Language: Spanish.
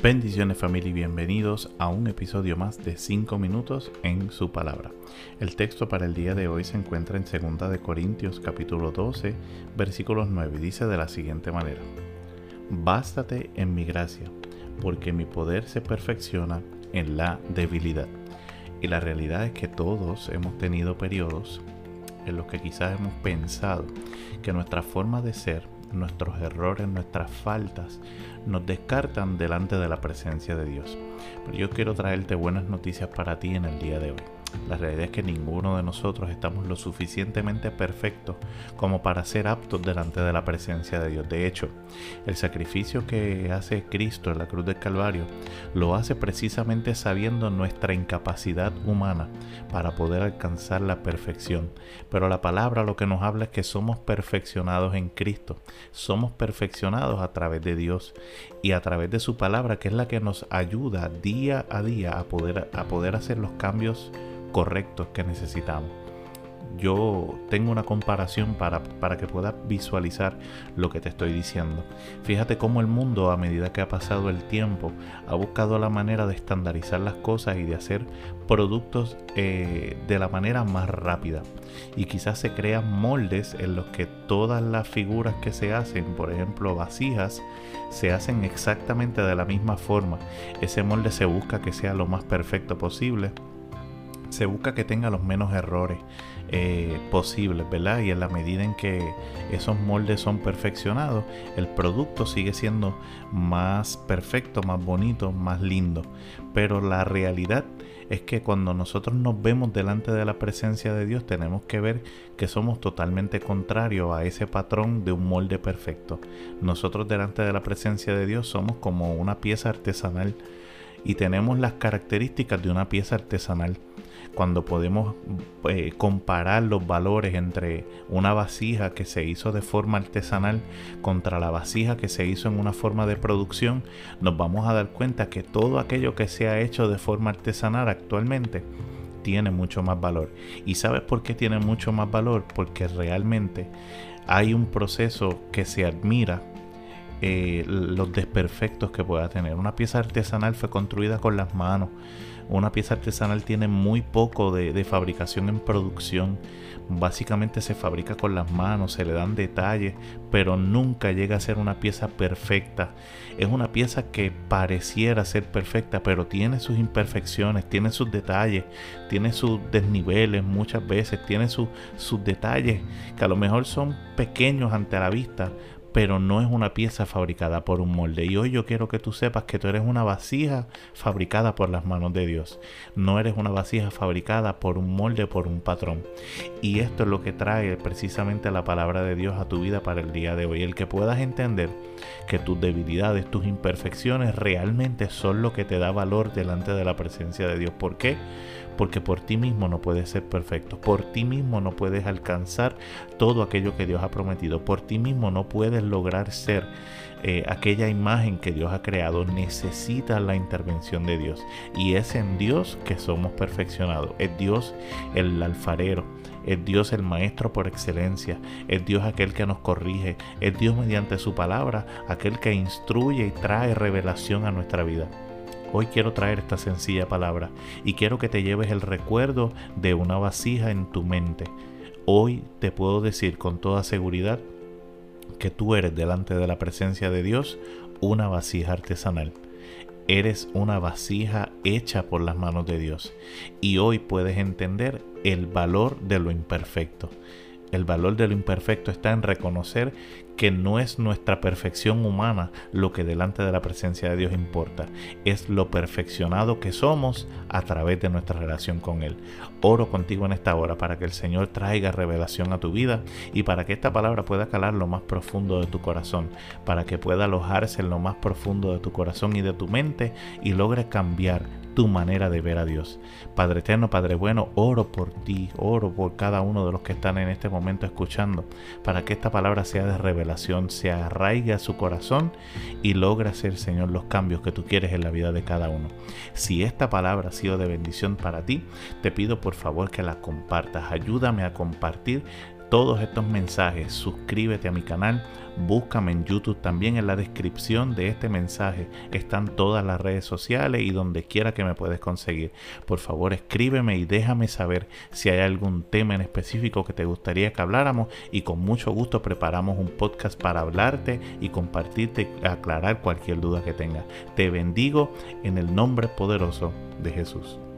Bendiciones familia y bienvenidos a un episodio más de 5 minutos en su palabra. El texto para el día de hoy se encuentra en 2 de Corintios capítulo 12 versículos 9 y dice de la siguiente manera: Bástate en mi gracia, porque mi poder se perfecciona en la debilidad. Y la realidad es que todos hemos tenido periodos en los que quizás hemos pensado que nuestra forma de ser, nuestros errores, nuestras faltas, nos descartan delante de la presencia de Dios. Pero yo quiero traerte buenas noticias para ti en el día de hoy. La realidad es que ninguno de nosotros estamos lo suficientemente perfectos como para ser aptos delante de la presencia de Dios. De hecho, el sacrificio que hace Cristo en la cruz del Calvario lo hace precisamente sabiendo nuestra incapacidad humana para poder alcanzar la perfección. Pero la palabra lo que nos habla es que somos perfeccionados en Cristo. Somos perfeccionados a través de Dios y a través de su palabra, que es la que nos ayuda día a día a poder hacer los cambios correctos que necesitamos. Yo tengo una comparación para que puedas visualizar lo que te estoy diciendo. Fíjate cómo el mundo, a medida que ha pasado el tiempo, ha buscado la manera de estandarizar las cosas y de hacer productos de la manera más rápida. Y quizás se crean moldes en los que todas las figuras que se hacen, por ejemplo vasijas, se hacen exactamente de la misma forma. Ese molde se busca que sea lo más perfecto posible. Se busca que tenga los menos errores posibles, ¿verdad? Y en la medida en que esos moldes son perfeccionados, el producto sigue siendo más perfecto, más bonito, más lindo. Pero la realidad es que cuando nosotros nos vemos delante de la presencia de Dios, tenemos que ver que somos totalmente contrarios a ese patrón de un molde perfecto. Nosotros delante de la presencia de Dios somos como una pieza artesanal y tenemos las características de una pieza artesanal. Cuando podemos comparar los valores entre una vasija que se hizo de forma artesanal contra la vasija que se hizo en una forma de producción, nos vamos a dar cuenta que todo aquello que se ha hecho de forma artesanal actualmente tiene mucho más valor. ¿Y sabes por qué tiene mucho más valor? Porque realmente hay un proceso que se admira, los desperfectos que pueda tener. Una pieza artesanal fue construida con las manos. Una pieza artesanal tiene muy poco de fabricación en producción. Básicamente se fabrica con las manos, se le dan detalles, pero nunca llega a ser una pieza perfecta. Es una pieza que pareciera ser perfecta, pero tiene sus imperfecciones, tiene sus detalles, tiene sus desniveles muchas veces, tiene sus detalles que a lo mejor son pequeños ante la vista, pero no es una pieza fabricada por un molde. Y hoy yo quiero que tú sepas que tú eres una vasija fabricada por las manos de Dios. No eres una vasija fabricada por un molde, por un patrón. Y esto es lo que trae precisamente la palabra de Dios a tu vida para el día de hoy. El que puedas entender que tus debilidades, tus imperfecciones realmente son lo que te da valor delante de la presencia de Dios. ¿Por qué? Porque por ti mismo no puedes ser perfecto, por ti mismo no puedes alcanzar todo aquello que Dios ha prometido, por ti mismo no puedes lograr ser aquella imagen que Dios ha creado. Necesitas la intervención de Dios, y es en Dios que somos perfeccionados. Es Dios el alfarero, es Dios el maestro por excelencia, es Dios aquel que nos corrige, es Dios mediante su palabra aquel que instruye y trae revelación a nuestra vida. Hoy quiero traer esta sencilla palabra y quiero que te lleves el recuerdo de una vasija en tu mente. Hoy te puedo decir con toda seguridad que tú eres delante de la presencia de Dios una vasija artesanal. Eres una vasija hecha por las manos de Dios y hoy puedes entender el valor de lo imperfecto. El valor de lo imperfecto está en reconocer que no es nuestra perfección humana lo que delante de la presencia de Dios importa. Es lo perfeccionado que somos a través de nuestra relación con Él. Oro contigo en esta hora para que el Señor traiga revelación a tu vida y para que esta palabra pueda calar lo más profundo de tu corazón, para que pueda alojarse en lo más profundo de tu corazón y de tu mente y logre cambiar tu manera de ver a Dios. Padre eterno, Padre bueno, oro por ti, oro por cada uno de los que están en este momento escuchando, para que esta palabra sea de revelación, se arraigue a su corazón y logre hacer, Señor, los cambios que tú quieres en la vida de cada uno. Si esta palabra ha sido de bendición para ti, te pido por favor que la compartas. Ayúdame a compartir todos estos mensajes, suscríbete a mi canal, búscame en YouTube también. En la descripción de este mensaje están todas las redes sociales y donde quiera que me puedes conseguir. Por favor, escríbeme y déjame saber si hay algún tema en específico que te gustaría que habláramos, y con mucho gusto preparamos un podcast para hablarte y compartirte, aclarar cualquier duda que tengas. Te bendigo en el nombre poderoso de Jesús.